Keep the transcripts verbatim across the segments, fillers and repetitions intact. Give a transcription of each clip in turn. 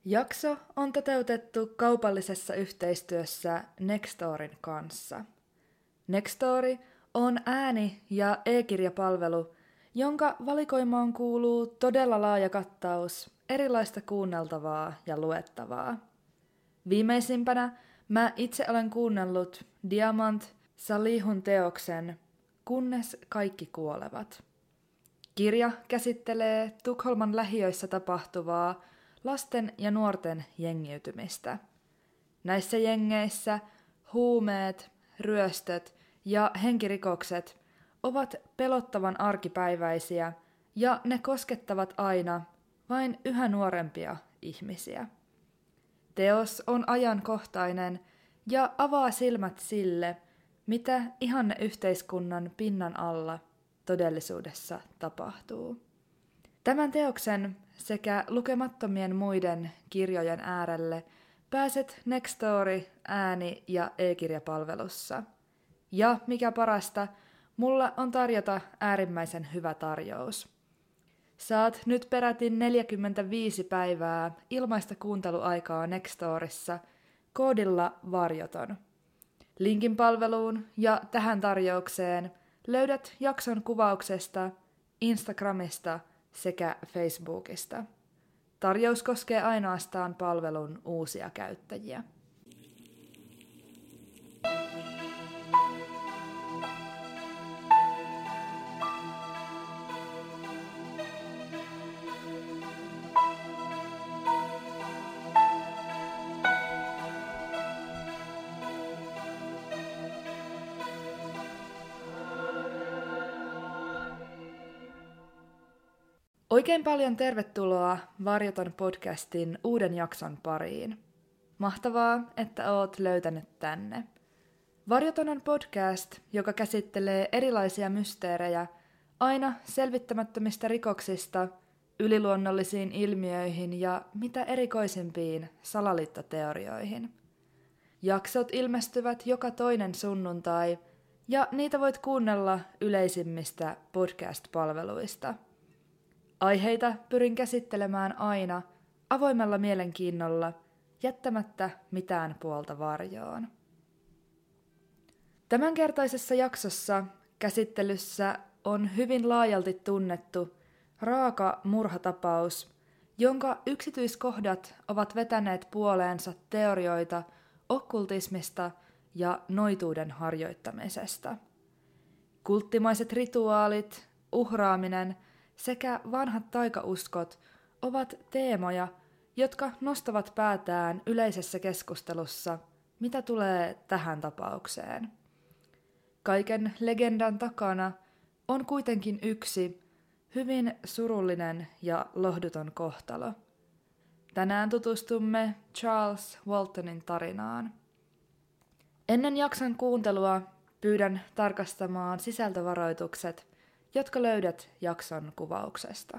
Jakso on toteutettu kaupallisessa yhteistyössä Nextorin kanssa. Nextory on ääni- ja e-kirjapalvelu, jonka valikoimaan kuuluu todella laaja kattaus erilaista kuunneltavaa ja luettavaa. Viimeisimpänä mä itse olen kuunnellut Diamant Salihun teoksen Kunnes kaikki kuolevat. Kirja käsittelee Tukholman lähiöissä tapahtuvaa lasten ja nuorten jengiytymistä. Näissä jengeissä huumeet, ryöstöt ja henkirikokset ovat pelottavan arkipäiväisiä ja ne koskettavat aina vain yhä nuorempia ihmisiä. Teos on ajankohtainen ja avaa silmät sille, mitä ihanneyhteiskunnan pinnan alla todellisuudessa tapahtuu. Tämän teoksen sekä lukemattomien muiden kirjojen äärelle pääset Nextory ääni- ja e-kirjapalvelussa. Ja mikä parasta, mulla on tarjota äärimmäisen hyvä tarjous. Saat nyt peräti neljäkymmentäviisi päivää ilmaista kuunteluaikaa Nextorissa koodilla varjoton. Linkin palveluun ja tähän tarjoukseen löydät jakson kuvauksesta, Instagramista sekä Facebookista. Tarjous koskee ainoastaan palvelun uusia käyttäjiä. Oikein paljon tervetuloa Varjoton podcastin uuden jakson pariin. Mahtavaa, että oot löytänyt tänne. Varjoton on podcast, joka käsittelee erilaisia mysteerejä aina selvittämättömistä rikoksista, yliluonnollisiin ilmiöihin ja mitä erikoisimpiin salaliittoteorioihin. Jaksot ilmestyvät joka toinen sunnuntai ja niitä voit kuunnella yleisimmistä podcast-palveluista. Aiheita pyrin käsittelemään aina avoimella mielenkiinnolla, jättämättä mitään puolta varjoon. Tämänkertaisessa jaksossa käsittelyssä on hyvin laajalti tunnettu raaka murhatapaus, jonka yksityiskohdat ovat vetäneet puoleensa teorioita okkultismista ja noituuden harjoittamisesta. Kulttimaiset rituaalit, uhraaminen sekä vanhat taikauskot ovat teemoja, jotka nostavat päätään yleisessä keskustelussa, mitä tulee tähän tapaukseen. Kaiken legendan takana on kuitenkin yksi hyvin surullinen ja lohduton kohtalo. Tänään tutustumme Charles Waltonin tarinaan. Ennen jakson kuuntelua pyydän tarkastamaan sisältövaroitukset, jotka löydät jakson kuvauksesta.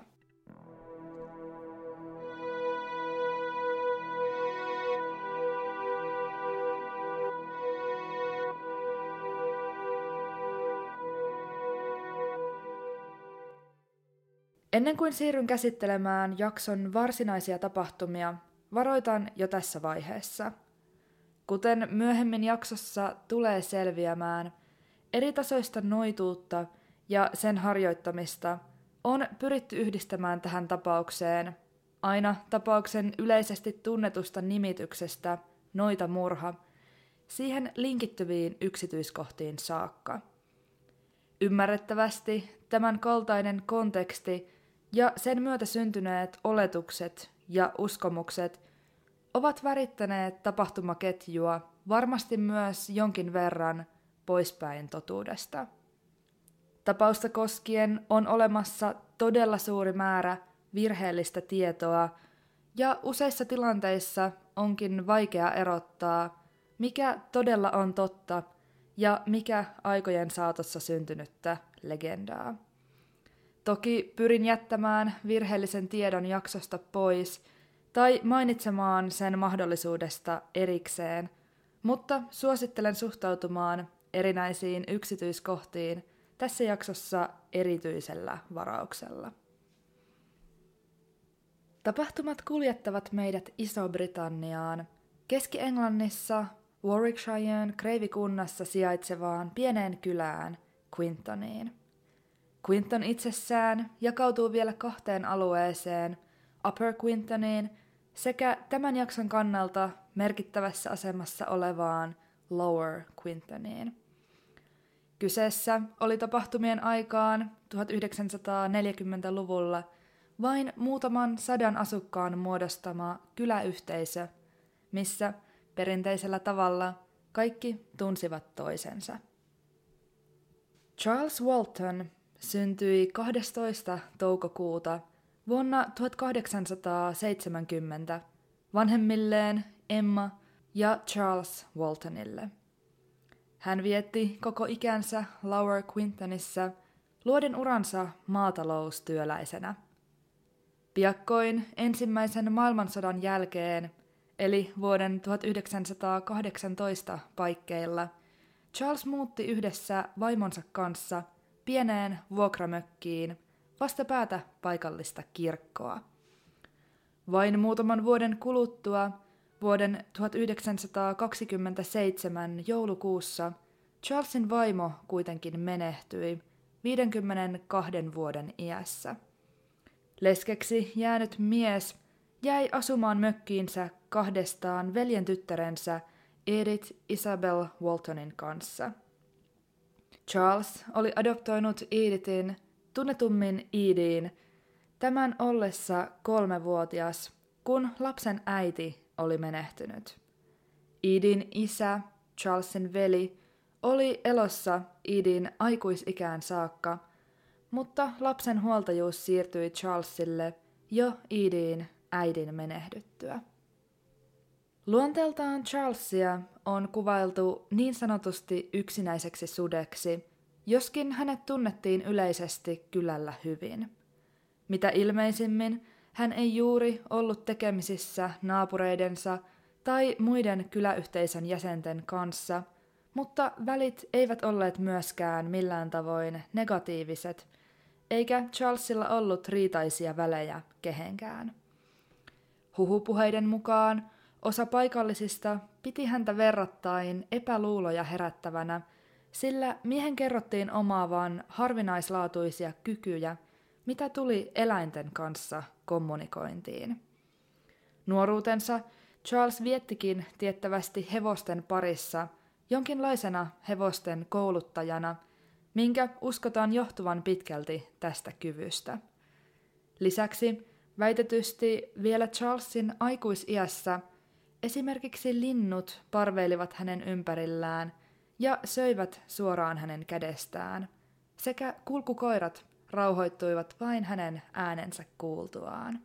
Ennen kuin siirryn käsittelemään jakson varsinaisia tapahtumia, varoitan jo tässä vaiheessa. Kuten myöhemmin jaksossa tulee selviämään, eritasoista noituutta ja sen harjoittamista on pyritty yhdistämään tähän tapaukseen aina tapauksen yleisesti tunnetusta nimityksestä noita murha siihen linkittyviin yksityiskohtiin saakka. Ymmärrettävästi tämän kaltainen konteksti ja sen myötä syntyneet oletukset ja uskomukset ovat värittäneet tapahtumaketjua varmasti myös jonkin verran poispäin totuudesta. Tapausta koskien on olemassa todella suuri määrä virheellistä tietoa ja useissa tilanteissa onkin vaikea erottaa, mikä todella on totta ja mikä aikojen saatossa syntynyttä legendaa. Toki pyrin jättämään virheellisen tiedon jaksosta pois tai mainitsemaan sen mahdollisuudesta erikseen, mutta suosittelen suhtautumaan erinäisiin yksityiskohtiin tässä jaksossa erityisellä varauksella. Tapahtumat kuljettavat meidät Iso-Britanniaan, Keski-Englannissa Warwickshireen Kreivikunnassa sijaitsevaan pieneen kylään Quintoniin. Quinton itsessään jakautuu vielä kahteen alueeseen, Upper Quintoniin sekä tämän jakson kannalta merkittävässä asemassa olevaan Lower Quintoniin. Kyseessä oli tapahtumien aikaan tuhatyhdeksänsataaneljäkymmentäluvulla vain muutaman sadan asukkaan muodostama kyläyhteisö, missä perinteisellä tavalla kaikki tunsivat toisensa. Charles Walton syntyi kahdestoista toukokuuta vuonna tuhatkahdeksansataaseitsemänkymmentä vanhemmilleen Emma ja Charles Waltonille. Hän vietti koko ikänsä Lower Quintonissa luoden uransa maataloustyöläisenä. Piakkoin ensimmäisen maailmansodan jälkeen, eli vuoden tuhatyhdeksänsataakahdeksantoista paikkeilla, Charles muutti yhdessä vaimonsa kanssa pieneen vuokramökkiin vastapäätä paikallista kirkkoa. Vain muutaman vuoden kuluttua, vuoden tuhatyhdeksänsataakaksikymmentäseitsemän joulukuussa, Charlesin vaimo kuitenkin menehtyi viidenkymmenenkahden vuoden iässä. Leskeksi jäänyt mies jäi asumaan mökkiinsä kahdestaan veljen tyttärensä Edith Isabel Waltonin kanssa. Charles oli adoptoinut Edithin, tunnetummin Edin, tämän ollessa kolmevuotias, kun lapsen äiti oli menehtynyt. Edin isä, Charlesin veli, oli elossa Edin aikuisikään saakka, mutta lapsen huoltajuus siirtyi Charlesille jo Edin äidin menehdyttyä. Luonteeltaan Charlesia on kuvailtu niin sanotusti yksinäiseksi sudeksi, joskin hänet tunnettiin yleisesti kylällä hyvin. Mitä ilmeisimmin hän ei juuri ollut tekemisissä naapureidensa tai muiden kyläyhteisön jäsenten kanssa, mutta välit eivät olleet myöskään millään tavoin negatiiviset, eikä Charlesilla ollut riitaisia välejä kehenkään. Huhupuheiden mukaan osa paikallisista piti häntä verrattain epäluuloja herättävänä, sillä miehen kerrottiin omaavan harvinaislaatuisia kykyjä, mitä tuli eläinten kanssa kommunikointiin. Nuoruutensa Charles viettikin tiettävästi hevosten parissa, jonkinlaisena hevosten kouluttajana, minkä uskotaan johtuvan pitkälti tästä kyvystä. Lisäksi väitetysti vielä Charlesin aikuisiässä esimerkiksi linnut parveilivat hänen ympärillään ja söivät suoraan hänen kädestään, sekä kulkukoirat rauhoittuivat vain hänen äänensä kuultuaan.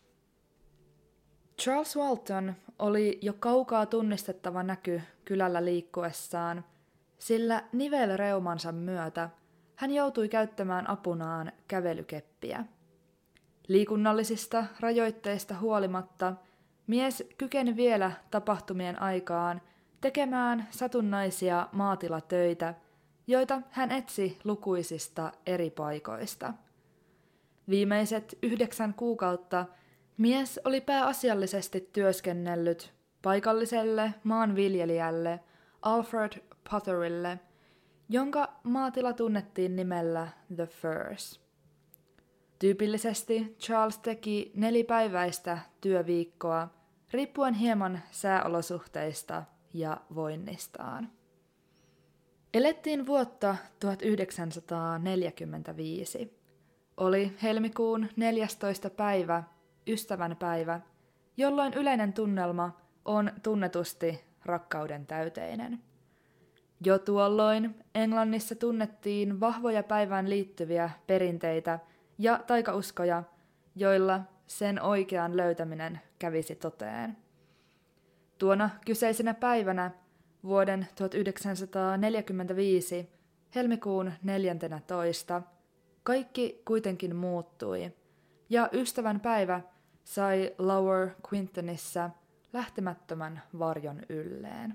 Charles Walton oli jo kaukaa tunnistettava näky kylällä liikkuessaan, sillä nivelreumansa myötä hän joutui käyttämään apunaan kävelykeppiä. Liikunnallisista rajoitteista huolimatta mies kykeni vielä tapahtumien aikaan tekemään satunnaisia maatilatöitä, joita hän etsi lukuisista eri paikoista. Viimeiset yhdeksän kuukautta mies oli pääasiallisesti työskennellyt paikalliselle maanviljelijälle Alfred Potterille, jonka maatila tunnettiin nimellä The Firs. Tyypillisesti Charles teki nelipäiväistä työviikkoa, riippuen hieman sääolosuhteista ja voinnistaan. Elettiin vuotta tuhatyhdeksänsataaneljäkymmentäviisi. Oli helmikuun neljästoista päivä, ystävänpäivä, jolloin yleinen tunnelma on tunnetusti rakkauden täyteinen. Jo tuolloin Englannissa tunnettiin vahvoja päivään liittyviä perinteitä ja taikauskoja, joilla sen oikean löytäminen kävisi toteen. Tuona kyseisenä päivänä vuoden tuhatyhdeksänsataaneljäkymmentäviisi helmikuun neljäntenätoista kaikki kuitenkin muuttui, ja ystävän päivä sai Lower Quintonissa lähtemättömän varjon ylleen.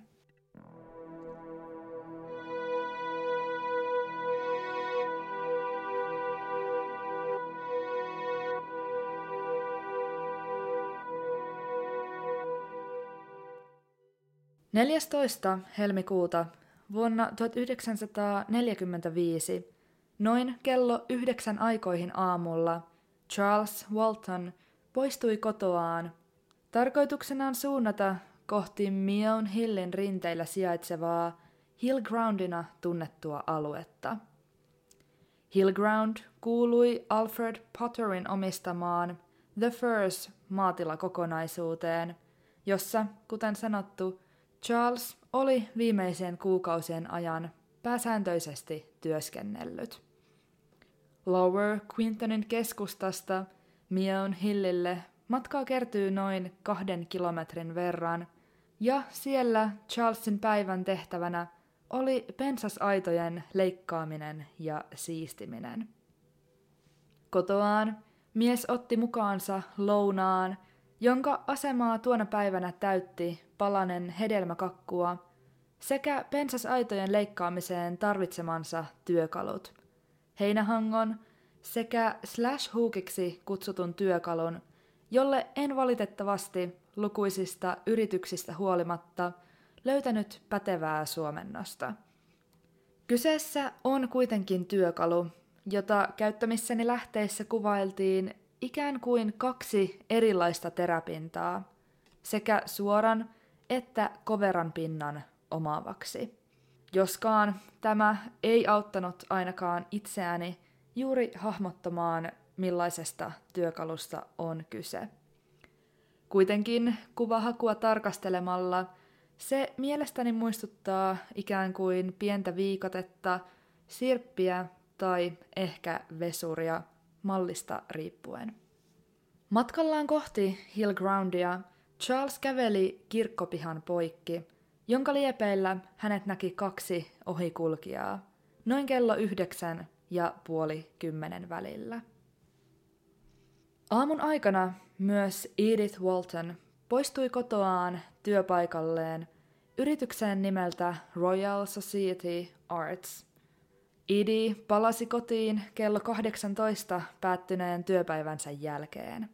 neljästoista helmikuuta vuonna tuhatyhdeksänsataaneljäkymmentäviisi, noin kello yhdeksän aikoihin aamulla, Charles Walton poistui kotoaan tarkoituksenaan suunnata kohti Meon Hillin rinteillä sijaitsevaa Hillgroundina tunnettua aluetta. Hillground kuului Alfred Potterin omistamaan The Firs maatilakokonaisuuteen, jossa, kuten sanottu, Charles oli viimeisien kuukausien ajan pääsääntöisesti työskennellyt. Lower Quintonin keskustasta Meon Hillille matkaa kertyy noin kahden kilometrin verran, ja siellä Charlesin päivän tehtävänä oli pensasaitojen leikkaaminen ja siistiminen. Kotoaan mies otti mukaansa lounaan, jonka asemaa tuona päivänä täytti palanen hedelmäkakkua sekä pensasaitojen leikkaamiseen tarvitsemansa työkalut, heinähangon sekä slash-hookiksi kutsutun työkalun, jolle en valitettavasti lukuisista yrityksistä huolimatta löytänyt pätevää suomennosta. Kyseessä on kuitenkin työkalu, jota käyttämissäni lähteissä kuvailtiin ikään kuin kaksi erilaista teräpintaa, sekä suoran että koveran pinnan omaavaksi. Joskaan tämä ei auttanut ainakaan itseäni juuri hahmottamaan, millaisesta työkalusta on kyse. Kuitenkin kuvahakua tarkastelemalla se mielestäni muistuttaa ikään kuin pientä viikatetta, sirppiä tai ehkä vesuria, mallista riippuen. Matkallaan kohti Hillgroundia Charles käveli kirkkopihan poikki, jonka liepeillä hänet näki kaksi ohikulkijaa, noin kello yhdeksän ja puoli kymmenen välillä. Aamun aikana myös Edith Walton poistui kotoaan työpaikalleen yritykseen nimeltä Royal Society Arts. Edie palasi kotiin kello kahdeksantoista päättyneen työpäivänsä jälkeen.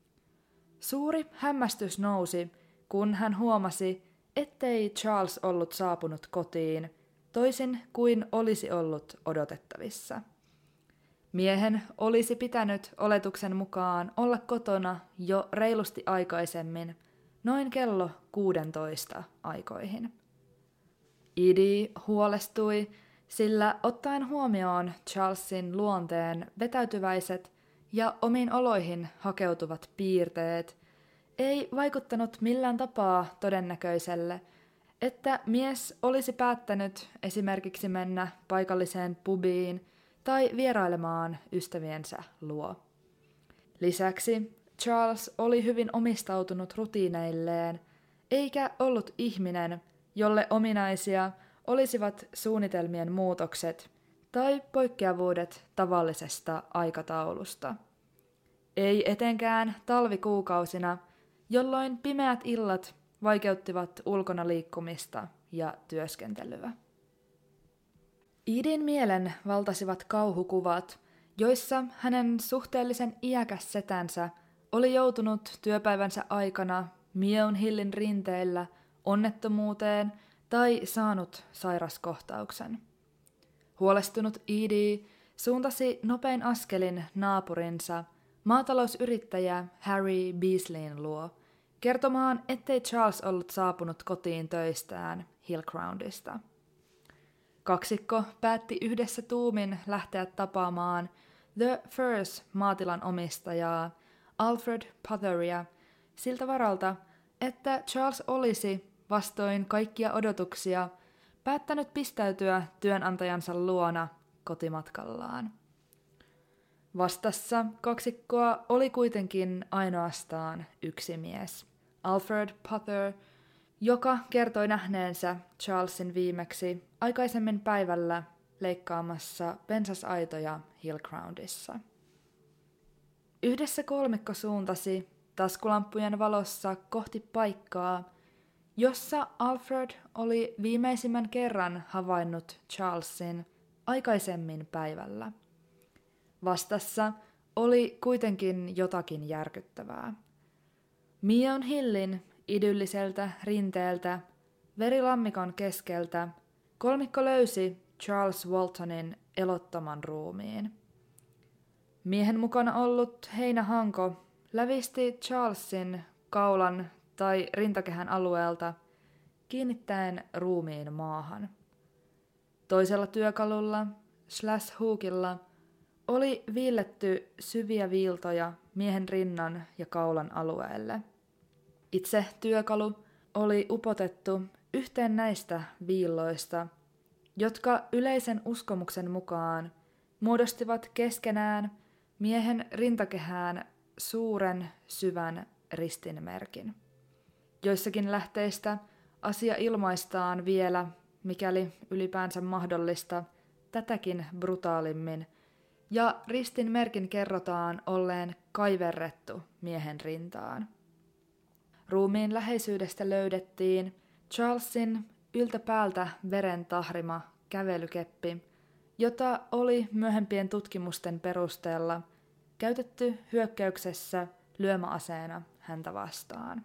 Suuri hämmästys nousi, kun hän huomasi, ettei Charles ollut saapunut kotiin, toisin kuin olisi ollut odotettavissa. Miehen olisi pitänyt oletuksen mukaan olla kotona jo reilusti aikaisemmin, noin kello kuudentoista aikoihin. Edie huolestui, sillä ottaen huomioon Charlesin luonteen vetäytyväiset ja omiin oloihin hakeutuvat piirteet, ei vaikuttanut millään tapaa todennäköiselle, että mies olisi päättänyt esimerkiksi mennä paikalliseen pubiin tai vierailemaan ystäviensä luo. Lisäksi Charles oli hyvin omistautunut rutiineilleen, eikä ollut ihminen, jolle ominaisia olisivat suunnitelmien muutokset tai poikkeavuudet tavallisesta aikataulusta. Ei etenkään talvikuukausina, jolloin pimeät illat vaikeuttivat ulkona liikkumista ja työskentelyä. Edin mielen valtasivat kauhukuvat, joissa hänen suhteellisen iäkäs setänsä oli joutunut työpäivänsä aikana Meon Hillin rinteillä onnettomuuteen tai saanut sairaskohtauksen. Huolestunut Edie suuntasi nopein askelin naapurinsa, maatalousyrittäjä Harry Beasleyn luo, kertomaan, ettei Charles ollut saapunut kotiin töistään Hillgroundista. Kaksikko päätti yhdessä tuumin lähteä tapaamaan The Firs maatilan omistajaa Alfred Potheria siltä varalta, että Charles olisi, vastoin kaikkia odotuksia, päättänyt pistäytyä työnantajansa luona kotimatkallaan. Vastassa kaksikkoa oli kuitenkin ainoastaan yksi mies, Alfred Pother, joka kertoi nähneensä Charlesin viimeksi aikaisemmin päivällä leikkaamassa pensasaitoja Hillgroundissa. Yhdessä kolmikko suuntasi taskulamppujen valossa kohti paikkaa, jossa Alfred oli viimeisimmän kerran havainnut Charlesin aikaisemmin päivällä. Vastassa oli kuitenkin jotakin järkyttävää. Meon Hillin idylliseltä rinteeltä verilammikon keskeltä kolmikko löysi Charles Waltonin elottoman ruumiin. Miehen mukana ollut heinähanko lävisti Charlesin kaulan tai rintakehän alueelta kiinnittäen ruumiin maahan. Toisella työkalulla, slash hookilla, oli viilletty syviä viiltoja miehen rinnan ja kaulan alueelle. Itse työkalu oli upotettu yhteen näistä viilloista, jotka yleisen uskomuksen mukaan muodostivat keskenään miehen rintakehään suuren syvän ristinmerkin. Joissakin lähteistä asia ilmaistaan vielä, mikäli ylipäänsä mahdollista, tätäkin brutaalimmin, ja ristinmerkin kerrotaan olleen kaiverrettu miehen rintaan. Ruumiin läheisyydestä löydettiin Charlesin yltäpäältä veren tahrima kävelykeppi, jota oli myöhempien tutkimusten perusteella käytetty hyökkäyksessä lyömäaseena häntä vastaan.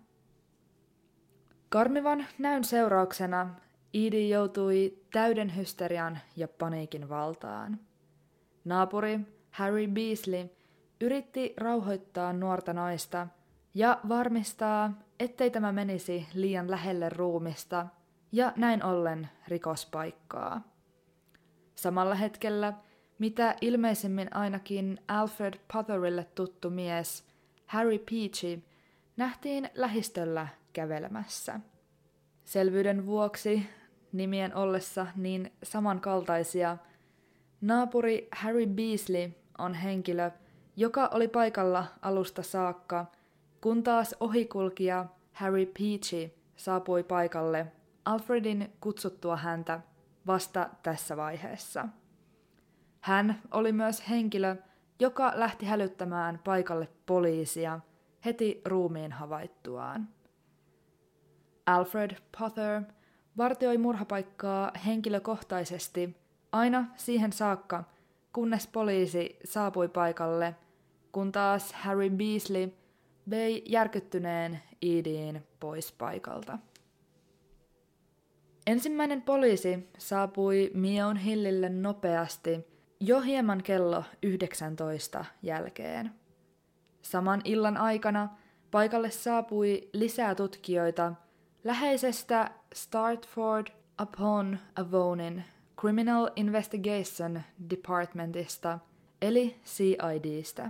Karmivan näyn seurauksena Edie joutui täyden hysterian ja paniikin valtaan. Naapuri Harry Beasley yritti rauhoittaa nuorta naista ja varmistaa, ettei tämä menisi liian lähelle ruumista ja näin ollen rikospaikkaa. Samalla hetkellä, mitä ilmeisemmin ainakin Alfred Potherille tuttu mies Harry Peachy nähtiin lähistöllä kävelemässä. Selvyyden vuoksi, nimien ollessa niin samankaltaisia, naapuri Harry Beasley on henkilö, joka oli paikalla alusta saakka, kun taas ohikulkija Harry Peachy saapui paikalle Alfredin kutsuttua häntä vasta tässä vaiheessa. Hän oli myös henkilö, joka lähti hälyttämään paikalle poliisia heti ruumiin havaittuaan. Alfred Pother vartioi murhapaikkaa henkilökohtaisesti aina siihen saakka, kunnes poliisi saapui paikalle, kun taas Harry Beasley vei järkyttyneen Edien pois paikalta. Ensimmäinen poliisi saapui Meon Hillille nopeasti jo hieman kello yhdeksäntoista jälkeen. Saman illan aikana paikalle saapui lisää tutkijoita läheisestä Stratford upon Avonin Criminal Investigation Departmentista eli C I D:stä.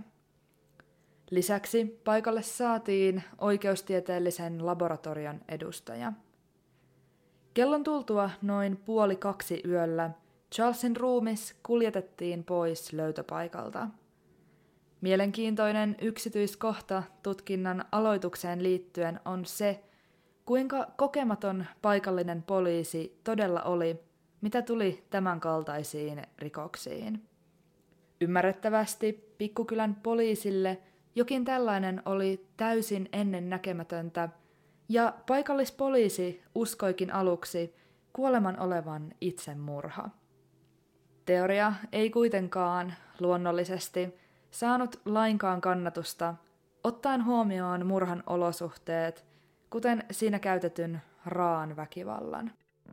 Lisäksi paikalle saatiin oikeustieteellisen laboratorion edustaja. Kellon tultua noin puoli kaksi yöllä Charlesin ruumis kuljetettiin pois löytöpaikalta. Mielenkiintoinen yksityiskohta tutkinnan aloitukseen liittyen on se, kuinka kokematon paikallinen poliisi todella oli, mitä tuli tämän kaltaisiin rikoksiin. Ymmärrettävästi pikkukylän poliisille jokin tällainen oli täysin ennennäkemätöntä, ja paikallispoliisi uskoikin aluksi kuoleman olevan itsemurha. Teoria ei kuitenkaan luonnollisesti saanut lainkaan kannatusta, ottaen huomioon murhan olosuhteet, kuten siinä käytetyn raan väkivallan.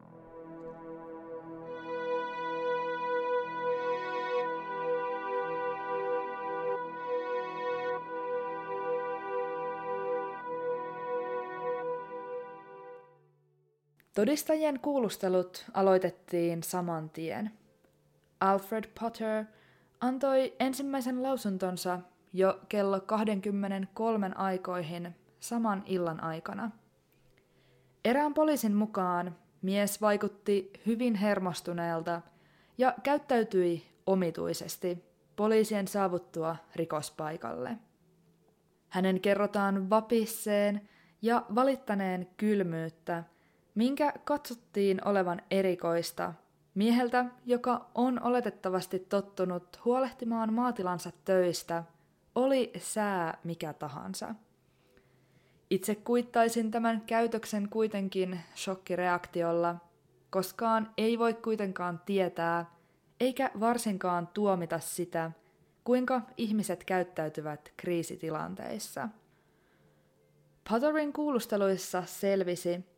Todistajien kuulustelut aloitettiin saman tien. Alfred Pother antoi ensimmäisen lausuntonsa jo kello kaksikymmentäkolme aikoihin saman illan aikana. Erään poliisin mukaan mies vaikutti hyvin hermostuneelta ja käyttäytyi omituisesti poliisien saavuttua rikospaikalle. Hänen kerrotaan vapisseen ja valittaneen kylmyyttä, minkä katsottiin olevan erikoista mieheltä, joka on oletettavasti tottunut huolehtimaan maatilansa töistä, oli sää mikä tahansa. Itse kuittaisin tämän käytöksen kuitenkin shokkireaktiolla, koskaan ei voi kuitenkaan tietää, eikä varsinkaan tuomita sitä, kuinka ihmiset käyttäytyvät kriisitilanteissa. Potherin kuulusteluissa selvisi,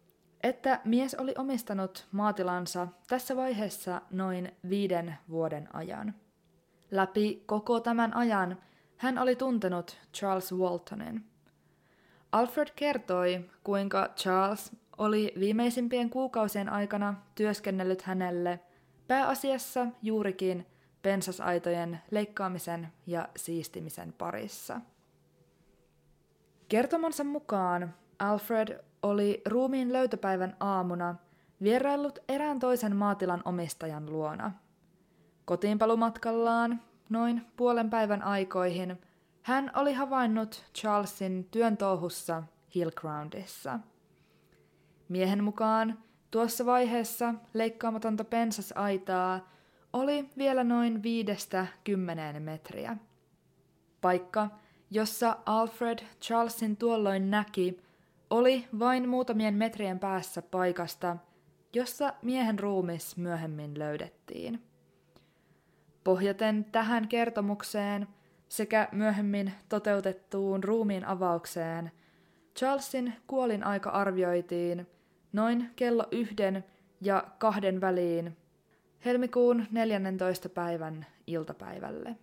että mies oli omistanut maatilansa tässä vaiheessa noin viiden vuoden ajan. Läpi koko tämän ajan hän oli tuntenut Charles Waltonin. Alfred kertoi, kuinka Charles oli viimeisimpien kuukausien aikana työskennellyt hänelle pääasiassa juurikin pensasaitojen leikkaamisen ja siistimisen parissa. Kertomansa mukaan Alfred oli ruumiin löytöpäivän aamuna vieraillut erään toisen maatilan omistajan luona. Kotiinpalumatkallaan noin puolen päivän aikoihin hän oli havainnut Charlesin työn touhussa Hillgroundissa. Miehen mukaan tuossa vaiheessa leikkaamatonta pensasaitaa oli vielä noin viidestä kymmeneen metriä. Paikka, jossa Alfred Charlesin tuolloin näki, oli vain muutamien metrien päässä paikasta, jossa miehen ruumis myöhemmin löydettiin. Pohjaten tähän kertomukseen sekä myöhemmin toteutettuun ruumiin avaukseen, Charlesin kuolinaika arvioitiin noin kello yhden ja kahden väliin helmikuun neljännentoista päivän iltapäivälle.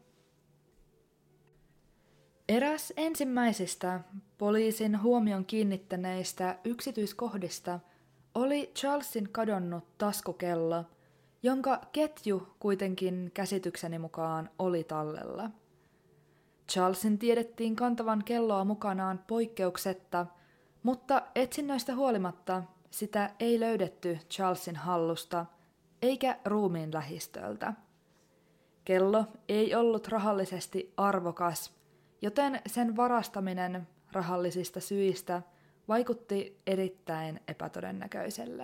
Eräs ensimmäisistä poliisin huomion kiinnittäneistä yksityiskohdista oli Charlesin kadonnut taskukello, jonka ketju kuitenkin käsitykseni mukaan oli tallella. Charlesin tiedettiin kantavan kelloa mukanaan poikkeuksetta, mutta etsinnöistä huolimatta sitä ei löydetty Charlesin hallusta eikä ruumiin lähistöltä. Kello ei ollut rahallisesti arvokas, joten sen varastaminen rahallisista syistä vaikutti erittäin epätodennäköiselle.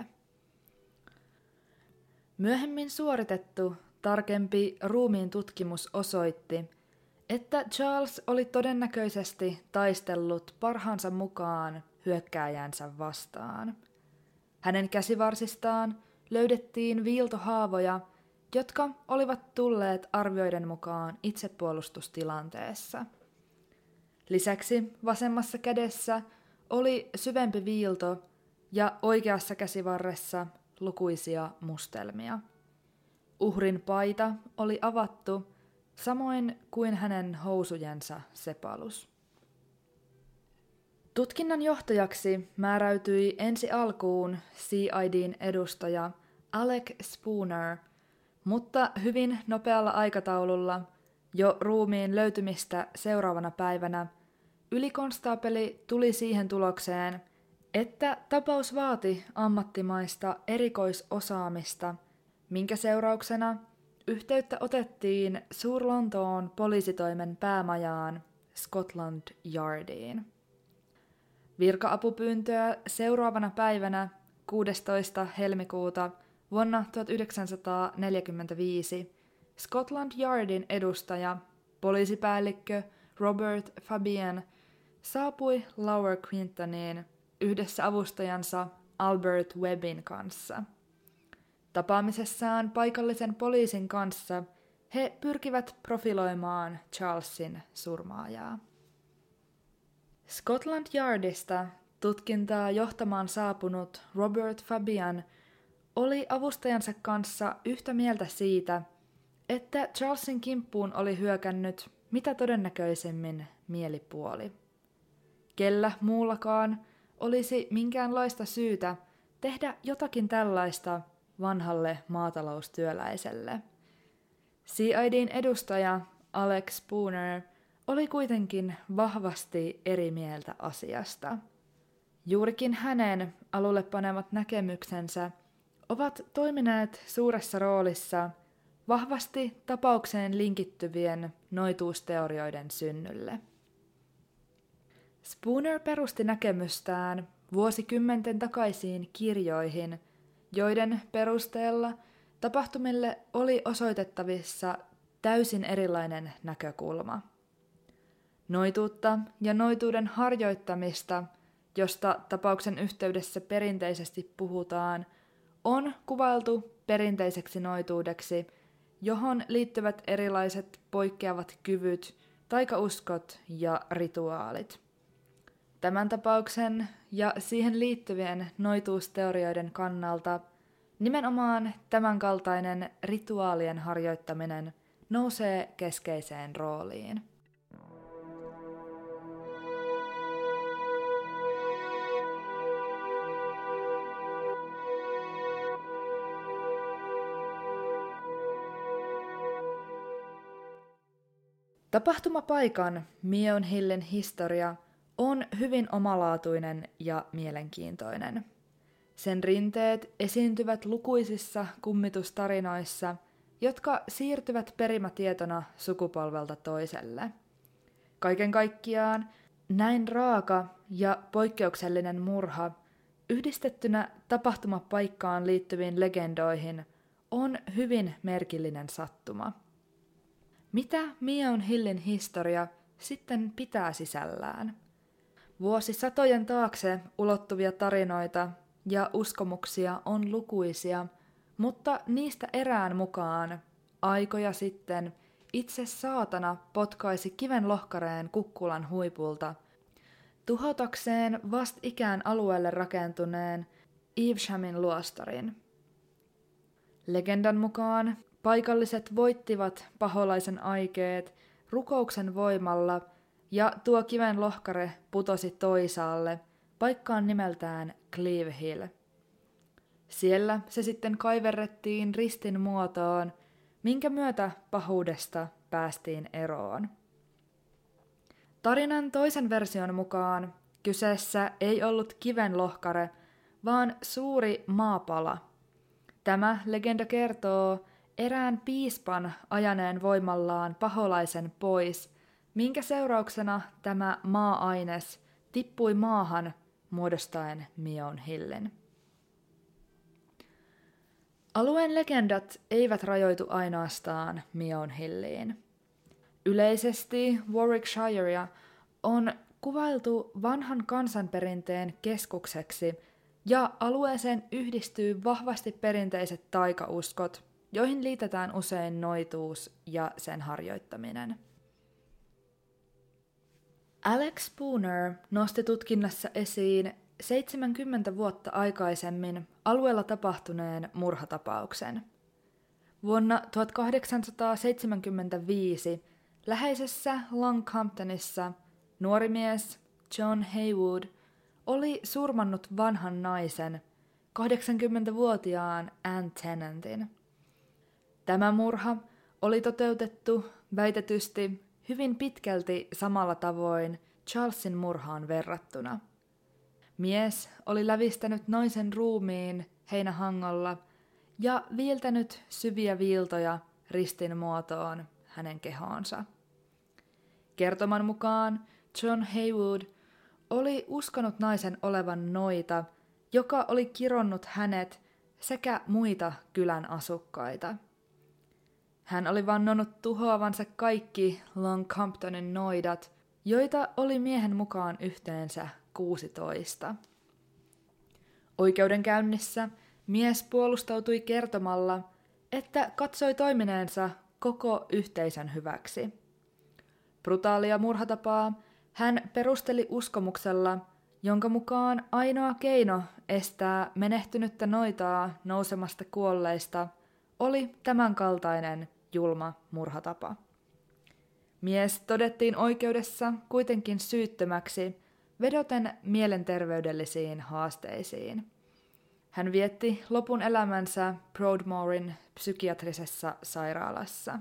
Myöhemmin suoritettu tarkempi ruumiin tutkimus osoitti, että Charles oli todennäköisesti taistellut parhaansa mukaan hyökkääjänsä vastaan. Hänen käsivarsistaan löydettiin viiltohaavoja, jotka olivat tulleet arvioiden mukaan itsepuolustustilanteessa. Lisäksi vasemmassa kädessä oli syvempi viilto ja oikeassa käsivarressa lukuisia mustelmia. Uhrin paita oli avattu, samoin kuin hänen housujensa sepalus. Tutkinnan johtajaksi määräytyi ensi alkuun C I D:n edustaja Alec Spooner, mutta hyvin nopealla aikataululla jo ruumiin löytymistä seuraavana päivänä ylikonstaapeli tuli siihen tulokseen, että tapaus vaati ammattimaista erikoisosaamista, minkä seurauksena yhteyttä otettiin Suur-Lontoon poliisitoimen päämajaan Scotland Yardiin. Virka-apupyyntöä seuraavana päivänä kuudestoista helmikuuta vuonna tuhatyhdeksänsataaneljäkymmentäviisi Scotland Yardin edustaja, poliisipäällikkö Robert Fabian saapui Lower Quintoniin yhdessä avustajansa Albert Webbin kanssa. Tapaamisessaan paikallisen poliisin kanssa he pyrkivät profiloimaan Charlesin surmaajaa. Scotland Yardista tutkintaa johtamaan saapunut Robert Fabian oli avustajansa kanssa yhtä mieltä siitä, että Charlesin kimppuun oli hyökännyt mitä todennäköisemmin mielipuoli. Kellä muullakaan olisi minkäänlaista syytä tehdä jotakin tällaista vanhalle maataloustyöläiselle. C I D:n edustaja Alex Spooner oli kuitenkin vahvasti eri mieltä asiasta. Juurikin hänen alulle panemat näkemyksensä ovat toimineet suuressa roolissa vahvasti tapaukseen linkittyvien noituusteorioiden synnylle. Spooner perusti näkemystään vuosikymmenten takaisiin kirjoihin, joiden perusteella tapahtumille oli osoitettavissa täysin erilainen näkökulma. Noituutta ja noituuden harjoittamista, josta tapauksen yhteydessä perinteisesti puhutaan, on kuvailtu perinteiseksi noituudeksi, johon liittyvät erilaiset poikkeavat kyvyt, taikauskot ja rituaalit. Tämän tapauksen ja siihen liittyvien noituusteorioiden kannalta nimenomaan tämänkaltainen rituaalien harjoittaminen nousee keskeiseen rooliin. Tapahtumapaikan Meon Hillin historia on hyvin omalaatuinen ja mielenkiintoinen. Sen rinteet esiintyvät lukuisissa kummitustarinoissa, jotka siirtyvät perimätietona sukupolvelta toiselle. Kaiken kaikkiaan näin raaka ja poikkeuksellinen murha yhdistettynä tapahtumapaikkaan liittyviin legendoihin on hyvin merkillinen sattuma. Mitä Meon Hillin historia sitten pitää sisällään? Vuosisatojen taakse ulottuvia tarinoita ja uskomuksia on lukuisia, mutta niistä erään mukaan aikoja sitten itse saatana potkaisi kiven lohkareen kukkulan huipulta tuhotakseen vastikään alueelle rakentuneen Eveshamin luostarin. Legendan mukaan paikalliset voittivat paholaisen aikeet rukouksen voimalla ja tuo kiven lohkare putosi toisaalle paikkaan nimeltään Cleave Hill. Siellä se sitten kaiverrettiin ristin muotoon, minkä myötä pahuudesta päästiin eroon. Tarinan toisen version mukaan kyseessä ei ollut kiven lohkare, vaan suuri maapala. Tämä legenda kertoo erään piispan ajaneen voimallaan paholaisen pois, minkä seurauksena tämä maa-aines tippui maahan muodostaen Meon Hillin. Alueen legendat eivät rajoitu ainoastaan Meon Hilliin. Yleisesti Warwickshirea on kuvailtu vanhan kansanperinteen keskukseksi ja alueeseen yhdistyy vahvasti perinteiset taikauskot, joihin liitetään usein noituus ja sen harjoittaminen. Alex Spooner nosti tutkinnassa esiin seitsemänkymmentä vuotta aikaisemmin alueella tapahtuneen murhatapauksen. Vuonna tuhatkahdeksansataaseitsemänkymmentäviisi läheisessä Longcamptonissa nuori mies John Haywood oli surmannut vanhan naisen, kahdeksankymmentävuotiaan Ann Tennantin. Tämä murha oli toteutettu väitetysti hyvin pitkälti samalla tavoin Charlesin murhaan verrattuna. Mies oli lävistänyt naisen ruumiin heinähangolla ja viiltänyt syviä viiltoja ristin muotoon hänen kehoonsa. Kertoman mukaan John Haywood oli uskonut naisen olevan noita, joka oli kironnut hänet sekä muita kylän asukkaita. Hän oli vannonut tuhoavansa kaikki Longcamptonin noidat, joita oli miehen mukaan yhteensä kuusitoista. Oikeudenkäynnissä mies puolustautui kertomalla, että katsoi toimineensa koko yhteisön hyväksi. Brutaalia murhatapaa hän perusteli uskomuksella, jonka mukaan ainoa keino estää menehtynyttä noitaa nousemasta kuolleista oli tämänkaltainen julma murhatapa. Mies todettiin oikeudessa kuitenkin syyttömäksi vedoten mielenterveydellisiin haasteisiin. Hän vietti lopun elämänsä Broadmoorin psykiatrisessa sairaalassa.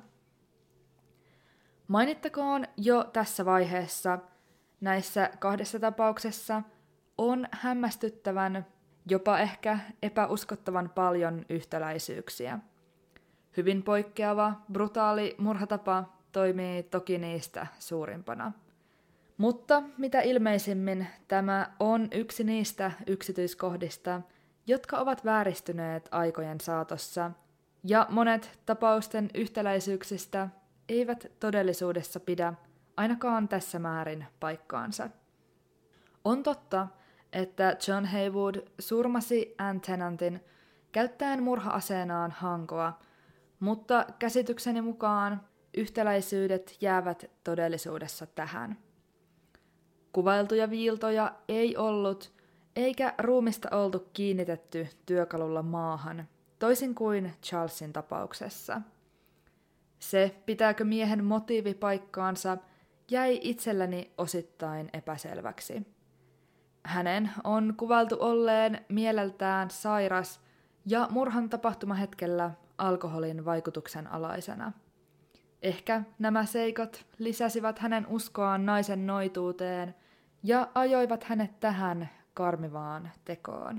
Mainittakoon jo tässä vaiheessa, näissä kahdessa tapauksessa on hämmästyttävän, jopa ehkä epäuskottavan paljon yhtäläisyyksiä. Hyvin poikkeava, brutaali murhatapa toimii toki niistä suurimpana. Mutta mitä ilmeisimmin tämä on yksi niistä yksityiskohdista, jotka ovat vääristyneet aikojen saatossa, ja monet tapausten yhtäläisyyksistä eivät todellisuudessa pidä ainakaan tässä määrin paikkaansa. On totta, että John Haywood surmasi Ann Tennantin käyttäen murha-aseenaan hankoa, mutta käsitykseni mukaan yhtäläisyydet jäävät todellisuudessa tähän. Kuvailtuja viiltoja ei ollut, eikä ruumista oltu kiinnitetty työkalulla maahan, toisin kuin Charlesin tapauksessa. Se, pitääkö miehen motiivi paikkaansa, jäi itselleni osittain epäselväksi. Hänen on kuvailtu olleen mieleltään sairas ja murhan tapahtumahetkellä alkoholin vaikutuksen alaisena. Ehkä nämä seikat lisäsivät hänen uskoaan naisen noituuteen ja ajoivat hänet tähän karmivaan tekoon.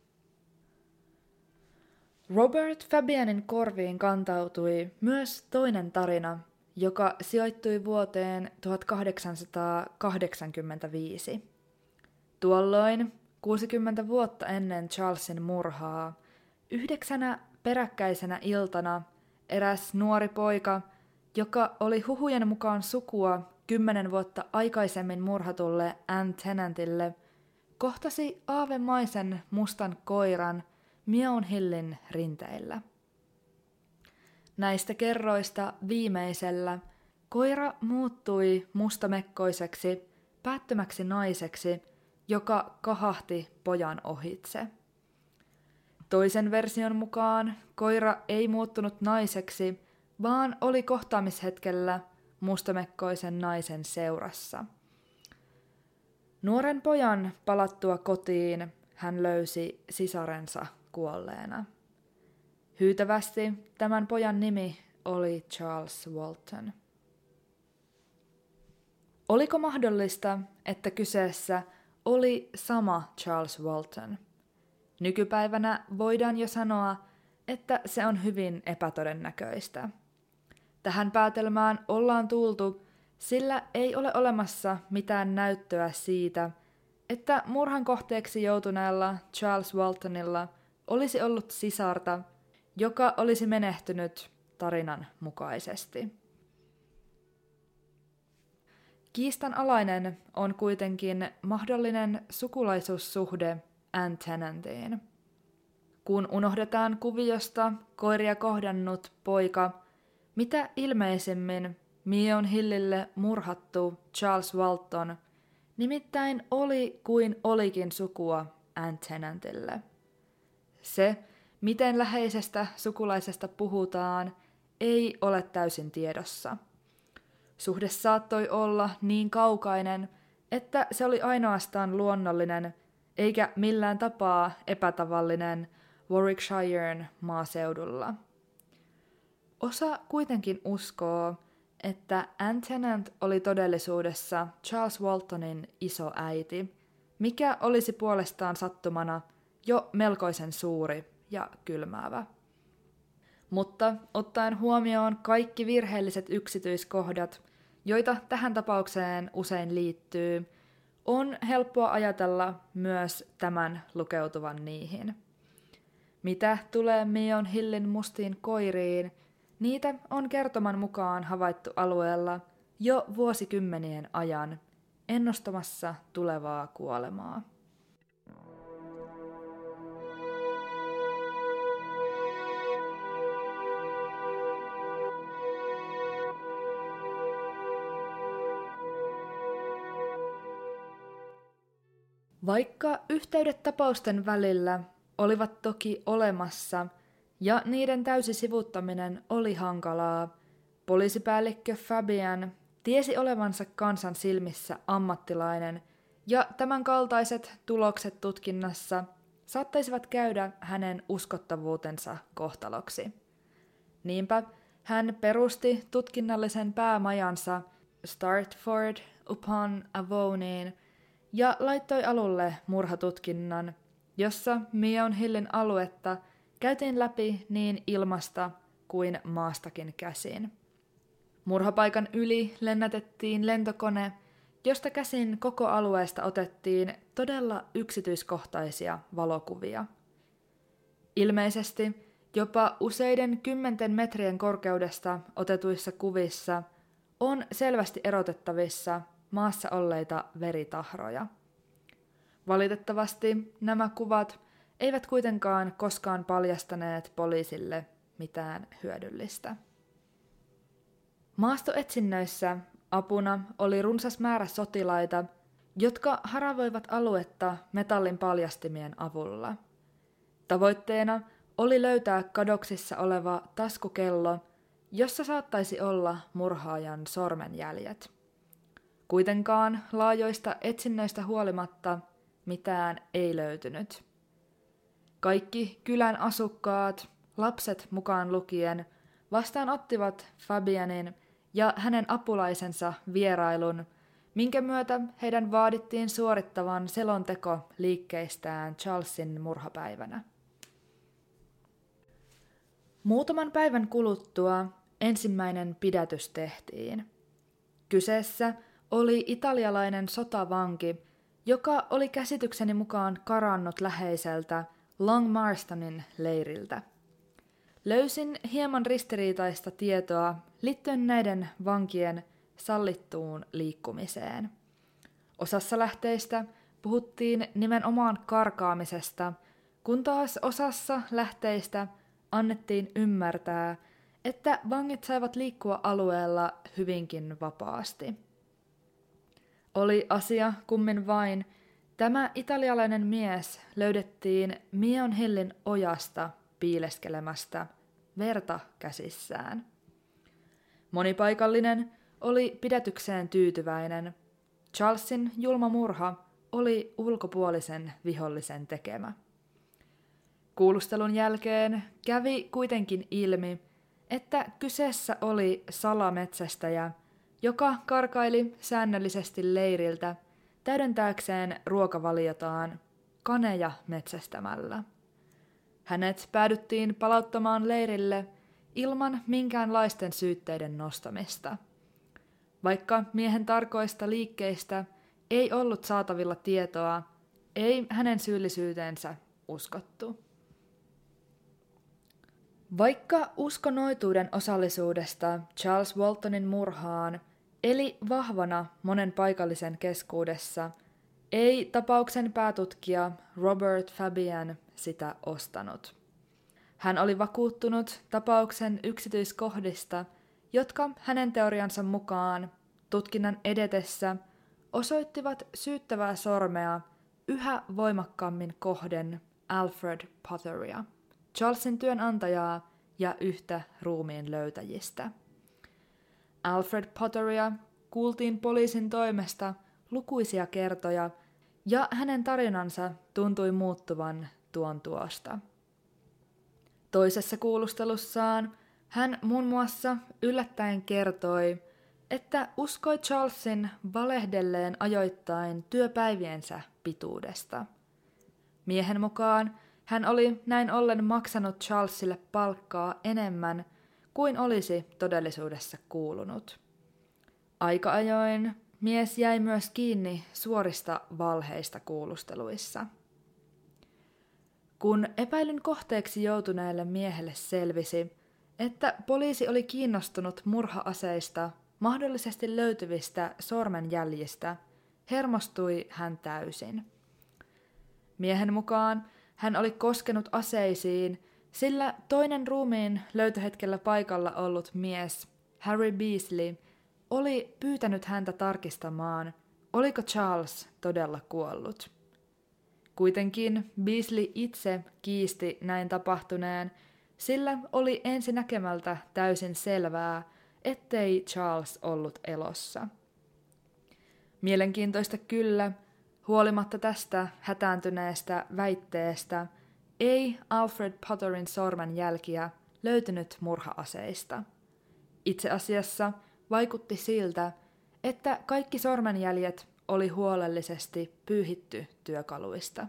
Robert Fabianin korviin kantautui myös toinen tarina, joka sijoittui vuoteen tuhatkahdeksansataakahdeksankymmentäviisi. Tuolloin, kuusikymmentä vuotta ennen Charlesin murhaa, yhdeksänä peräkkäisenä iltana eräs nuori poika, joka oli huhujen mukaan sukua kymmenen vuotta aikaisemmin murhatulle Ann Tennantille, kohtasi aavemaisen mustan koiran Meow Hillin rinteillä. Näistä kerroista viimeisellä koira muuttui mustamekkoiseksi, päättömäksi naiseksi, joka kahahti pojan ohitse. Toisen version mukaan koira ei muuttunut naiseksi, vaan oli kohtaamishetkellä mustamekkoisen naisen seurassa. Nuoren pojan palattua kotiin hän löysi sisarensa kuolleena. Hyytävästi tämän pojan nimi oli Charles Walton. Oliko mahdollista, että kyseessä oli sama Charles Walton? Nykypäivänä voidaan jo sanoa, että se on hyvin epätodennäköistä. Tähän päätelmään ollaan tultu, sillä ei ole olemassa mitään näyttöä siitä, että murhan kohteeksi joutuneella Charles Waltonilla olisi ollut sisarta, joka olisi menehtynyt tarinan mukaisesti. Kiistanalainen on kuitenkin mahdollinen sukulaisuussuhde Ann Tennantiin. Kun unohdetaan kuviosta koiria kohdannut poika, mitä ilmeisimmin Meow Hillille murhattu Charles Walton nimittäin oli kuin olikin sukua Ann Tennantille. Se, miten läheisestä sukulaisesta puhutaan, ei ole täysin tiedossa. Suhde saattoi olla niin kaukainen, että se oli ainoastaan luonnollinen, eikä millään tapaa epätavallinen Warwickshiren maaseudulla. Osa kuitenkin uskoo, että Ann Tennant oli todellisuudessa Charles Waltonin isoäiti, mikä olisi puolestaan sattumana jo melkoisen suuri ja kylmäävä. Mutta ottaen huomioon kaikki virheelliset yksityiskohdat, joita tähän tapaukseen usein liittyy, on helppoa ajatella myös tämän lukeutuvan niihin. Mitä tulee Meow Hillin mustiin koiriin, niitä on kertoman mukaan havaittu alueella jo vuosikymmenien ajan, ennustamassa tulevaa kuolemaa. Vaikka yhteydet tapausten välillä olivat toki olemassa ja niiden täysi sivuuttaminen oli hankalaa, poliisipäällikkö Fabian tiesi olevansa kansan silmissä ammattilainen ja tämän kaltaiset tulokset tutkinnassa saattaisivat käydä hänen uskottavuutensa kohtaloksi. Niinpä hän perusti tutkinnallisen päämajansa Startford upon Avoniin ja laittoi alulle murhatutkinnan, jossa Meow Hillin aluetta käytiin läpi niin ilmasta kuin maastakin käsin. Murhapaikan yli lennätettiin lentokone, josta käsin koko alueesta otettiin todella yksityiskohtaisia valokuvia. Ilmeisesti jopa useiden kymmenten metrien korkeudesta otetuissa kuvissa on selvästi erotettavissa maassa olleita veritahroja. Valitettavasti nämä kuvat eivät kuitenkaan koskaan paljastaneet poliisille mitään hyödyllistä. Maastoetsinnöissä apuna oli runsas määrä sotilaita, jotka haravoivat aluetta metallin paljastimien avulla. Tavoitteena oli löytää kadoksissa oleva taskukello, jossa saattaisi olla murhaajan sormenjäljet. Kuitenkaan laajoista etsinnöistä huolimatta mitään ei löytynyt. Kaikki kylän asukkaat, lapset mukaan lukien, vastaanottivat Fabianin ja hänen apulaisensa vierailun, minkä myötä heidän vaadittiin suorittavan selonteko liikkeistään Charlesin murhapäivänä. Muutaman päivän kuluttua ensimmäinen pidätys tehtiin. Kyseessä oli italialainen sotavanki, joka oli käsitykseni mukaan karannut läheiseltä Long Marstonin leiriltä. Löysin hieman ristiriitaista tietoa liittyen näiden vankien sallittuun liikkumiseen. Osassa lähteistä puhuttiin nimenomaan karkaamisesta, kun taas osassa lähteistä annettiin ymmärtää, että vangit saivat liikkua alueella hyvinkin vapaasti. Oli asia kummin vain, tämä italialainen mies löydettiin Mion Hillin ojasta piileskelemästä, verta käsissään. Monipaikallinen oli pidätykseen tyytyväinen. Charlesin julma murha oli ulkopuolisen vihollisen tekemä. Kuulustelun jälkeen kävi kuitenkin ilmi, että kyseessä oli salametsästäjä, joka karkaili säännöllisesti leiriltä täydentääkseen ruokavaliotaan kaneja metsästämällä. Hänet päädyttiin palauttamaan leirille ilman minkäänlaisten syytteiden nostamista. Vaikka miehen tarkoista liikkeistä ei ollut saatavilla tietoa, ei hänen syyllisyytensä uskottu. Vaikka usko noituuden osallisuudesta Charles Waltonin murhaan eli vahvana monen paikallisen keskuudessa, ei tapauksen päätutkija Robert Fabian sitä ostanut. Hän oli vakuuttunut tapauksen yksityiskohdista, jotka hänen teoriansa mukaan tutkinnan edetessä osoittivat syyttävää sormea yhä voimakkaammin kohden Alfred Potteria, Charlesin työnantajaa ja yhtä ruumiin löytäjistä. Alfred Potteria kuultiin poliisin toimesta lukuisia kertoja, ja hänen tarinansa tuntui muuttuvan tuon tuosta. Toisessa kuulustelussaan hän muun muassa yllättäen kertoi, että uskoi Charlesin valehdelleen ajoittain työpäiviensä pituudesta. Miehen mukaan hän oli näin ollen maksanut Charlesille palkkaa enemmän kuin olisi todellisuudessa kuulunut. Aika ajoin mies jäi myös kiinni suorista valheista kuulusteluissa. Kun epäilyn kohteeksi joutuneelle miehelle selvisi, että poliisi oli kiinnostunut murha-aseista mahdollisesti löytyvistä sormenjäljistä, hermostui hän täysin. Miehen mukaan hän oli koskenut aseisiin, sillä toinen ruumiin löytöhetkellä paikalla ollut mies, Harry Beasley, oli pyytänyt häntä tarkistamaan, oliko Charles todella kuollut. Kuitenkin Beasley itse kiisti näin tapahtuneen, sillä oli ensinäkemältä täysin selvää, ettei Charles ollut elossa. Mielenkiintoista kyllä, huolimatta tästä hätääntyneestä väitteestä, ei Alfred Potterin sormenjälkiä löytynyt murha-aseista. Itse asiassa vaikutti siltä, että kaikki sormenjäljet oli huolellisesti pyyhitty työkaluista.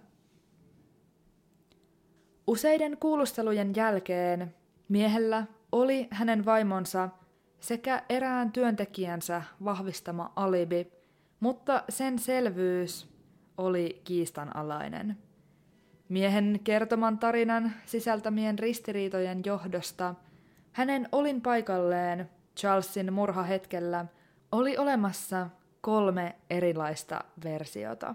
Useiden kuulustelujen jälkeen miehellä oli hänen vaimonsa sekä erään työntekijänsä vahvistama alibi, mutta sen selvyys oli kiistanalainen. Miehen kertoman tarinan sisältämien ristiriitojen johdosta hänen olin paikalleen Charlesin murhahetkellä oli olemassa kolme erilaista versiota.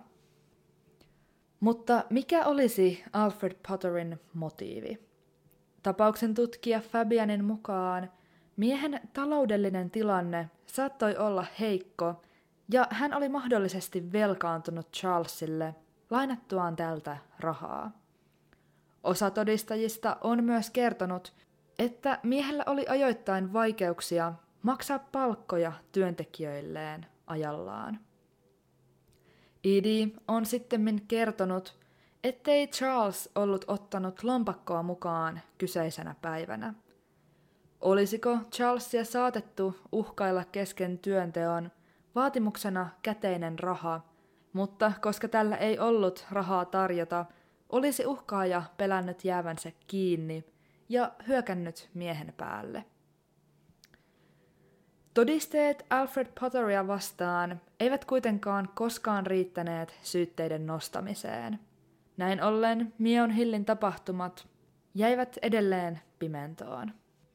Mutta mikä olisi Alfred Potterin motiivi? Tapauksen tutkija Fabianin mukaan miehen taloudellinen tilanne saattoi olla heikko ja hän oli mahdollisesti velkaantunut Charlesille lainattuaan tältä rahaa. Osa todistajista on myös kertonut, että miehellä oli ajoittain vaikeuksia maksaa palkkoja työntekijöilleen ajallaan. Edie on sittemmin kertonut, ettei Charles ollut ottanut lompakkoa mukaan kyseisenä päivänä. Olisiko Charlesia saatettu uhkailla kesken työnteon vaatimuksena käteinen raha, mutta koska tällä ei ollut rahaa tarjota, olisi uhkaaja pelännyt jäävänsä kiinni ja hyökännyt miehen päälle. Todisteet Alfred Potteria vastaan eivät kuitenkaan koskaan riittäneet syytteiden nostamiseen. Näin ollen Mion Hillin tapahtumat jäivät edelleen pimentoon.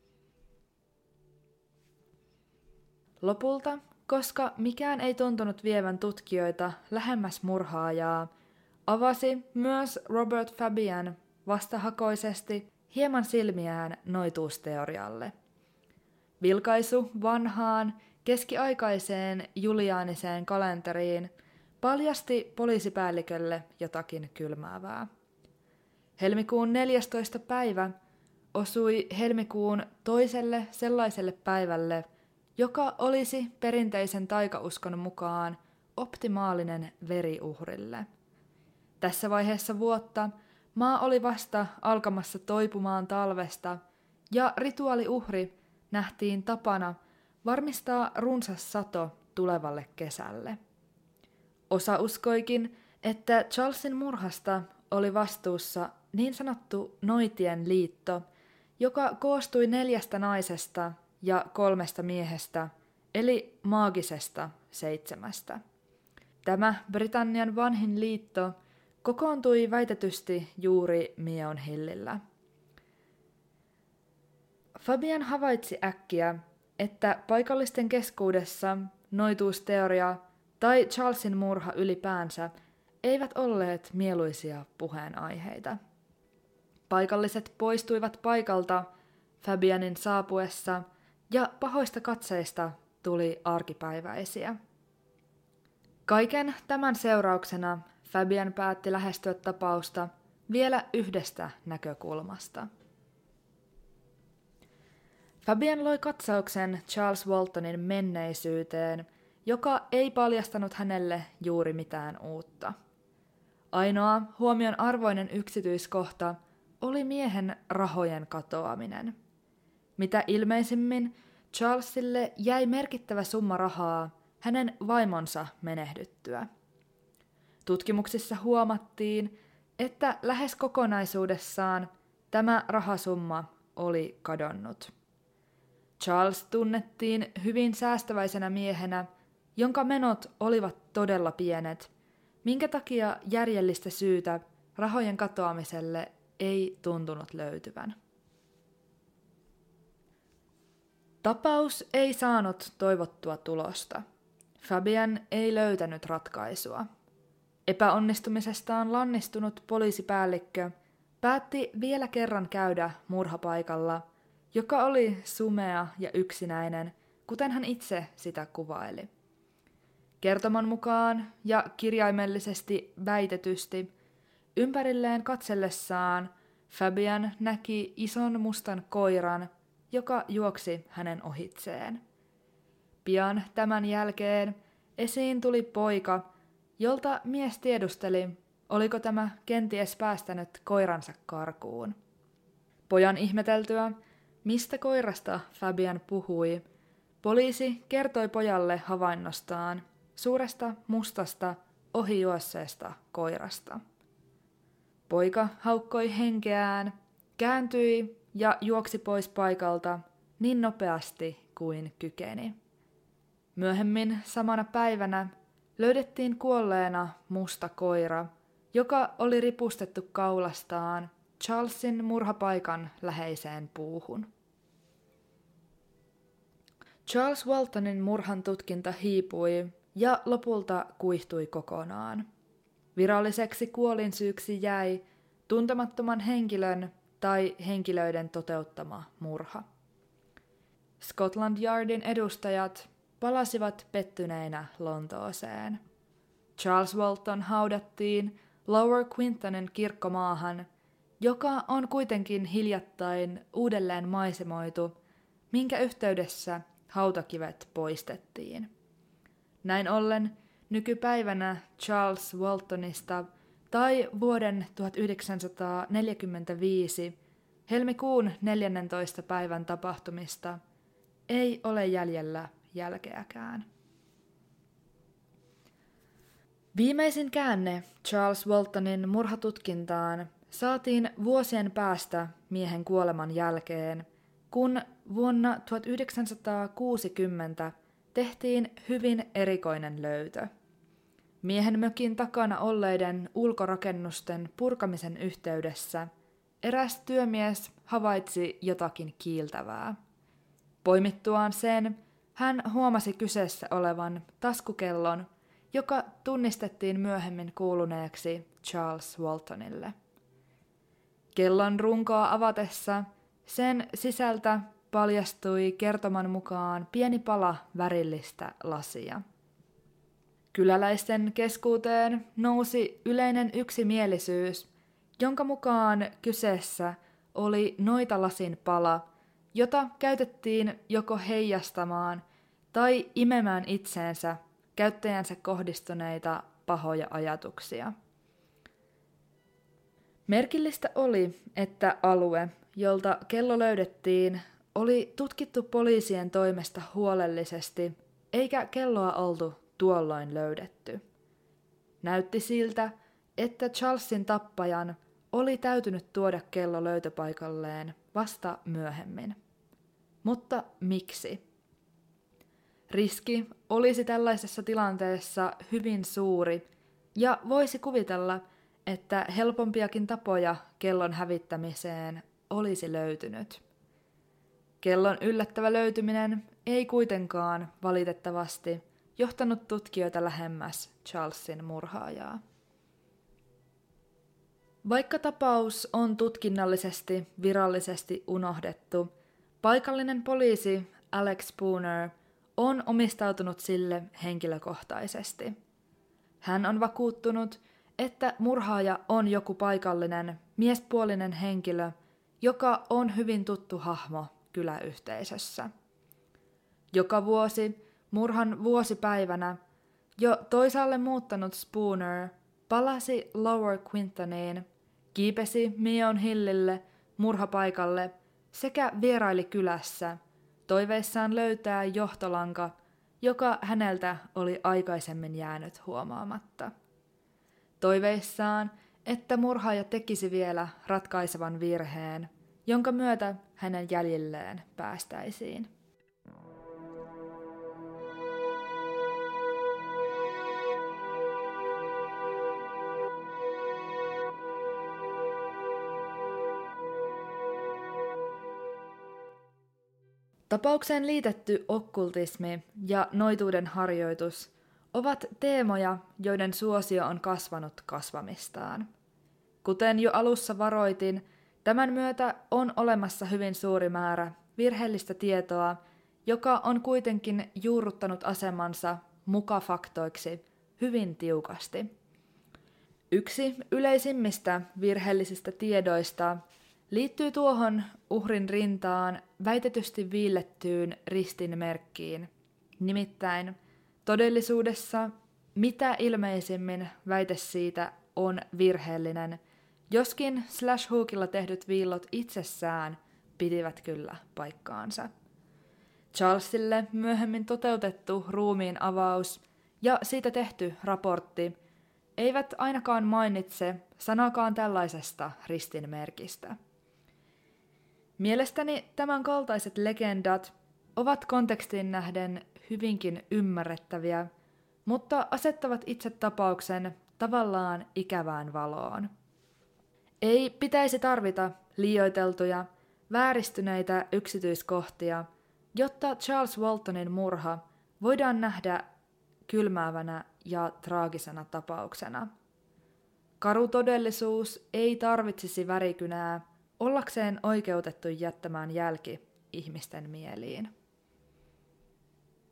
Lopulta, koska mikään ei tuntunut vievän tutkijoita lähemmäs murhaajaa, avasi myös Robert Fabian vastahakoisesti hieman silmiään noituusteorialle. Vilkaisu vanhaan, keskiaikaiseen juliaaniseen kalenteriin paljasti poliisipäällikölle jotakin kylmäävää. Helmikuun neljästoista päivä osui helmikuun toiselle sellaiselle päivälle, joka olisi perinteisen taikauskon mukaan optimaalinen veriuhrille. Tässä vaiheessa vuotta maa oli vasta alkamassa toipumaan talvesta ja rituaaliuhri nähtiin tapana varmistaa runsas sato tulevalle kesälle. Osa uskoikin, että Charlesin murhasta oli vastuussa niin sanottu Noitien liitto, joka koostui neljästä naisesta ja kolmesta miehestä, eli maagisesta seitsemästä. Tämä Britannian vanhin liitto kokoontui väitetysti juuri Mion Hillillä. Fabian havaitsi äkkiä, että paikallisten keskuudessa noituusteoria tai Charlesin murha ylipäänsä eivät olleet mieluisia puheenaiheita. Paikalliset poistuivat paikalta Fabianin saapuessa ja pahoista katseista tuli arkipäiväisiä. Kaiken tämän seurauksena Fabian päätti lähestyä tapausta vielä yhdestä näkökulmasta. Fabian loi katsauksen Charles Waltonin menneisyyteen, joka ei paljastanut hänelle juuri mitään uutta. Ainoa huomion arvoinen yksityiskohta oli miehen rahojen katoaminen. Mitä ilmeisimmin Charlesille jäi merkittävä summa rahaa hänen vaimonsa menehdyttyä. Tutkimuksissa huomattiin, että lähes kokonaisuudessaan tämä rahasumma oli kadonnut. Charles tunnettiin hyvin säästäväisenä miehenä, jonka menot olivat todella pienet, minkä takia järjellistä syytä rahojen katoamiselle ei tuntunut löytyvän. Tapaus ei saanut toivottua tulosta. Fabian ei löytänyt ratkaisua. Epäonnistumisestaan lannistunut poliisipäällikkö päätti vielä kerran käydä murhapaikalla, joka oli sumea ja yksinäinen, kuten hän itse sitä kuvaili. Kertoman mukaan ja kirjaimellisesti väitetysti ympärilleen katsellessaan Fabian näki ison mustan koiran, joka juoksi hänen ohitseen. Pian tämän jälkeen esiin tuli poika, jolta mies tiedusteli, oliko tämä kenties päästänyt koiransa karkuun. Pojan ihmeteltyä, mistä koirasta Fabian puhui, poliisi kertoi pojalle havainnostaan suuresta mustasta ohijuosseesta koirasta. Poika haukkoi henkeään, kääntyi ja juoksi pois paikalta niin nopeasti kuin kykeni. Myöhemmin samana päivänä löydettiin kuolleena musta koira, joka oli ripustettu kaulastaan Charlesin murhapaikan läheiseen puuhun. Charles Waltonin murhan tutkinta hiipui ja lopulta kuihtui kokonaan. Viralliseksi kuolinsyyksi jäi tuntemattoman henkilön tai henkilöiden toteuttama murha. Scotland Yardin edustajat palasivat pettyneinä Lontooseen. Charles Walton haudattiin Lower Quintonin kirkkomaahan, joka on kuitenkin hiljattain uudelleen maisemoitu, minkä yhteydessä hautakivet poistettiin. Näin ollen nykypäivänä Charles Waltonista tai vuoden tuhatyhdeksänsataaneljäkymmentäviisi helmikuun neljännentoista päivän tapahtumista ei ole jäljellä jälkeäkään. Viimeisin käänne Charles Waltonin murhatutkintaan saatiin vuosien päästä miehen kuoleman jälkeen, kun vuonna tuhatyhdeksänsataakuusikymmentä tehtiin hyvin erikoinen löytö. Miehen mökin takana olleiden ulkorakennusten purkamisen yhteydessä eräs työmies havaitsi jotakin kiiltävää. Poimittuaan sen, hän huomasi kyseessä olevan taskukellon, joka tunnistettiin myöhemmin kuuluneeksi Charles Waltonille. Kellon runkoa avatessa sen sisältä paljastui kertoman mukaan pieni pala värillistä lasia. Kyläläisten keskuuteen nousi yleinen yksimielisyys, jonka mukaan kyseessä oli noitalasin pala, jota käytettiin joko heijastamaan tai imemään itseensä käyttäjänsä kohdistuneita pahoja ajatuksia. Merkillistä oli, että alue, jolta kello löydettiin, oli tutkittu poliisien toimesta huolellisesti, eikä kelloa oltu tuolloin löydetty. Näytti siltä, että Charlesin tappajan oli täytynyt tuoda kello löytöpaikalleen vasta myöhemmin. Mutta miksi? Riski olisi tällaisessa tilanteessa hyvin suuri, ja voisi kuvitella, että helpompiakin tapoja kellon hävittämiseen olisi löytynyt. Kellon yllättävä löytyminen ei kuitenkaan valitettavasti johtanut tutkijoita lähemmäs Charlesin murhaajaa. Vaikka tapaus on tutkinnallisesti virallisesti unohdettu, paikallinen poliisi Alex Spooner on omistautunut sille henkilökohtaisesti. Hän on vakuuttunut, että murhaaja on joku paikallinen, miespuolinen henkilö, joka on hyvin tuttu hahmo kyläyhteisössä. Joka vuosi, murhan vuosipäivänä, jo toisaalle muuttanut Spooner palasi Lower Quintoniin, kiipesi Meon Hillille murhapaikalle sekä vieraili kylässä, toiveissaan löytää johtolanka, joka häneltä oli aikaisemmin jäänyt huomaamatta. Toiveissaan, että murhaaja tekisi vielä ratkaisevan virheen, jonka myötä hänen jäljilleen päästäisiin. Tapaukseen liitetty okkultismi ja noituuden harjoitus ovat teemoja, joiden suosio on kasvanut kasvamistaan. Kuten jo alussa varoitin, tämän myötä on olemassa hyvin suuri määrä virheellistä tietoa, joka on kuitenkin juurruttanut asemansa mukafaktoiksi hyvin tiukasti. Yksi yleisimmistä virheellisistä tiedoista liittyy tuohon uhrin rintaan väitetysti viillettyyn ristinmerkkiin, nimittäin todellisuudessa mitä ilmeisimmin väite siitä on virheellinen, joskin Slash Hookilla tehdyt viillot itsessään pitivät kyllä paikkaansa. Charlesille myöhemmin toteutettu ruumiin avaus ja siitä tehty raportti eivät ainakaan mainitse sanakaan tällaisesta ristinmerkistä. Mielestäni tämän kaltaiset legendat ovat kontekstiin nähden hyvinkin ymmärrettäviä, mutta asettavat itse tapauksen tavallaan ikävään valoon. Ei pitäisi tarvita liioiteltuja, vääristyneitä yksityiskohtia, jotta Charles Waltonin murha voidaan nähdä kylmäävänä ja traagisena tapauksena. Karu todellisuus ei tarvitsisi värikynää ollakseen oikeutettu jättämään jälki ihmisten mieliin.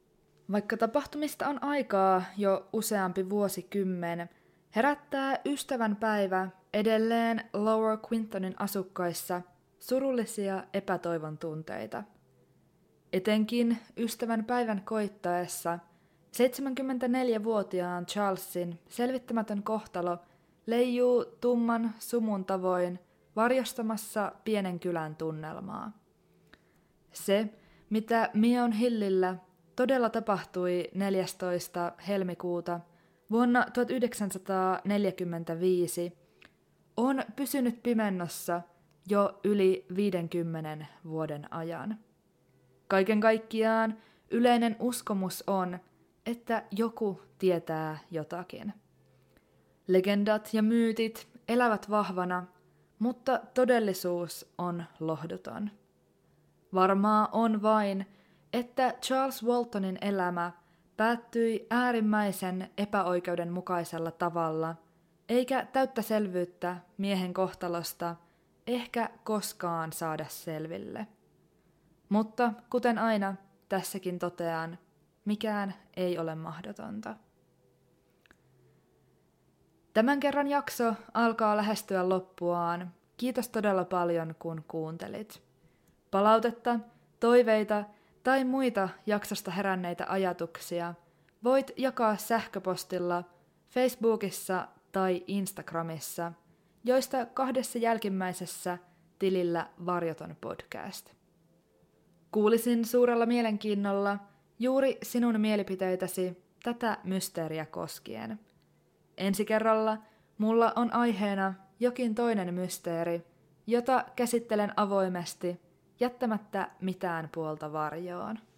Vaikka tapahtumista on aikaa jo useampi vuosikymmen, herättää ystävän päivä edelleen Lower Quintonin asukkaissa surullisia epätoivon tunteita. Etenkin ystävän päivän koittaessa seitsemänkymmentäneljävuotiaan Charlesin selvittämätön kohtalo leijuu tumman sumun tavoin varjostamassa pienen kylän tunnelmaa. Se, mitä Meon Hillillä todella tapahtui neljästoista helmikuuta vuonna tuhatyhdeksänsataaneljäkymmentäviisi, on pysynyt pimennossa jo yli viidenkymmenen vuoden ajan. Kaiken kaikkiaan yleinen uskomus on, että joku tietää jotakin. Legendat ja myytit elävät vahvana, mutta todellisuus on lohduton. Varmaa on vain, että Charles Waltonin elämä päättyi äärimmäisen epäoikeudenmukaisella tavalla, eikä täyttä selvyyttä miehen kohtalosta ehkä koskaan saada selville. Mutta kuten aina, tässäkin totean, mikään ei ole mahdotonta. Tämän kerran jakso alkaa lähestyä loppuaan. Kiitos todella paljon, kun kuuntelit. Palautetta, toiveita tai muita jaksosta heränneitä ajatuksia voit jakaa sähköpostilla, Facebookissa tai Instagramissa, joista kahdessa jälkimmäisessä tilillä Varjoton podcast. Kuulisin suurella mielenkiinnolla juuri sinun mielipiteitäsi tätä mysteeriä koskien. Ensi kerralla mulla on aiheena jokin toinen mysteeri, jota käsittelen avoimesti, jättämättä mitään puolta varjoon.